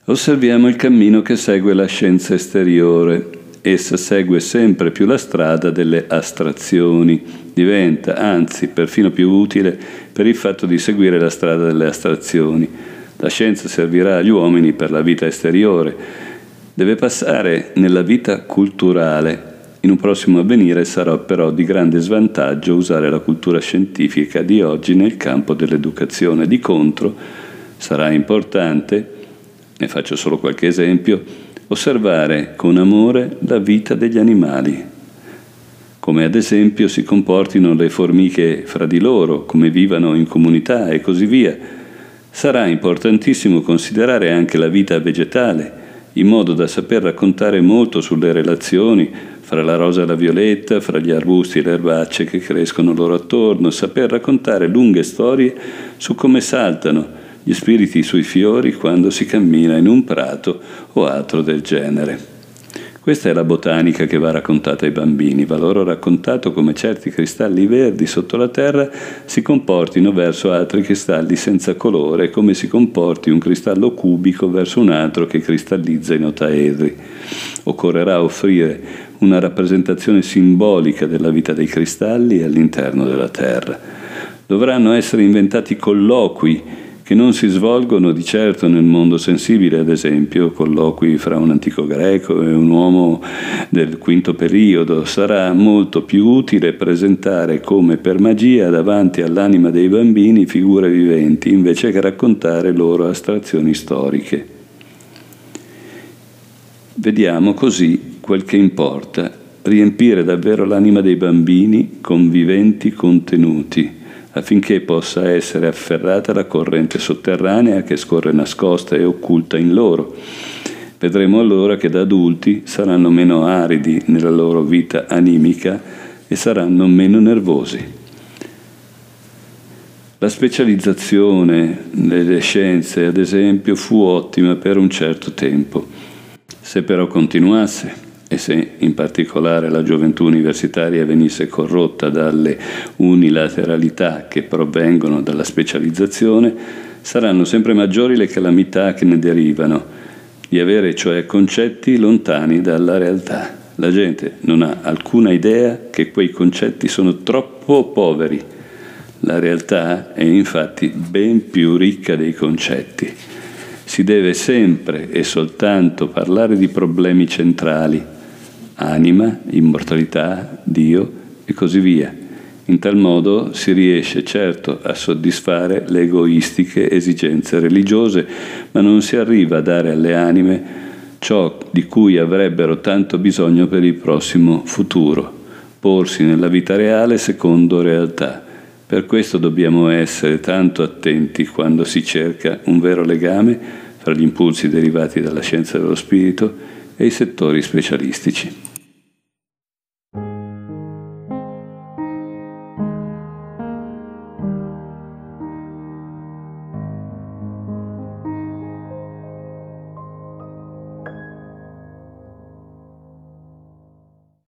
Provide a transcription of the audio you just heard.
Osserviamo il cammino che segue la scienza esteriore. Essa segue sempre più la strada delle astrazioni. Diventa, anzi, perfino più utile per il fatto di seguire la strada delle astrazioni. La scienza servirà agli uomini per la vita esteriore. Deve passare nella vita culturale. In un prossimo avvenire sarà però di grande svantaggio usare la cultura scientifica di oggi nel campo dell'educazione. Di contro, sarà importante, ne faccio solo qualche esempio, osservare con amore la vita degli animali, come ad esempio si comportino le formiche fra di loro, come vivano in comunità e così via. Sarà importantissimo considerare anche la vita vegetale, in modo da saper raccontare molto sulle relazioni fra la rosa e la violetta, fra gli arbusti e le erbacce che crescono loro attorno, saper raccontare lunghe storie su come saltano gli spiriti sui fiori quando si cammina in un prato o altro del genere. Questa è la botanica che va raccontata ai bambini. Va loro raccontato come certi cristalli verdi sotto la terra si comportino verso altri cristalli senza colore e come si comporti un cristallo cubico verso un altro che cristallizza in ottaedri. Occorrerà offrire una rappresentazione simbolica della vita dei cristalli all'interno della terra. Dovranno essere inventati colloqui che non si svolgono di certo nel mondo sensibile, ad esempio, colloqui fra un antico greco e un uomo del V periodo. Sarà molto più utile presentare come per magia davanti all'anima dei bambini figure viventi, invece che raccontare loro astrazioni storiche. Vediamo così quel che importa, riempire davvero l'anima dei bambini con viventi contenuti, affinché possa essere afferrata la corrente sotterranea che scorre nascosta e occulta in loro. Vedremo allora che da adulti saranno meno aridi nella loro vita animica e saranno meno nervosi. La specializzazione nelle scienze, ad esempio, fu ottima per un certo tempo. Se però continuasse, e se in particolare la gioventù universitaria venisse corrotta dalle unilateralità che provengono dalla specializzazione, saranno sempre maggiori le calamità che ne derivano, di avere cioè concetti lontani dalla realtà. La gente non ha alcuna idea che quei concetti sono troppo poveri. La realtà è infatti ben più ricca dei concetti. Si deve sempre e soltanto parlare di problemi centrali, anima, immortalità, Dio e così via. In tal modo si riesce certo a soddisfare le egoistiche esigenze religiose, ma non si arriva a dare alle anime ciò di cui avrebbero tanto bisogno per il prossimo futuro, porsi nella vita reale secondo realtà. Per questo dobbiamo essere tanto attenti quando si cerca un vero legame fra gli impulsi derivati dalla scienza dello spirito e i settori specialistici.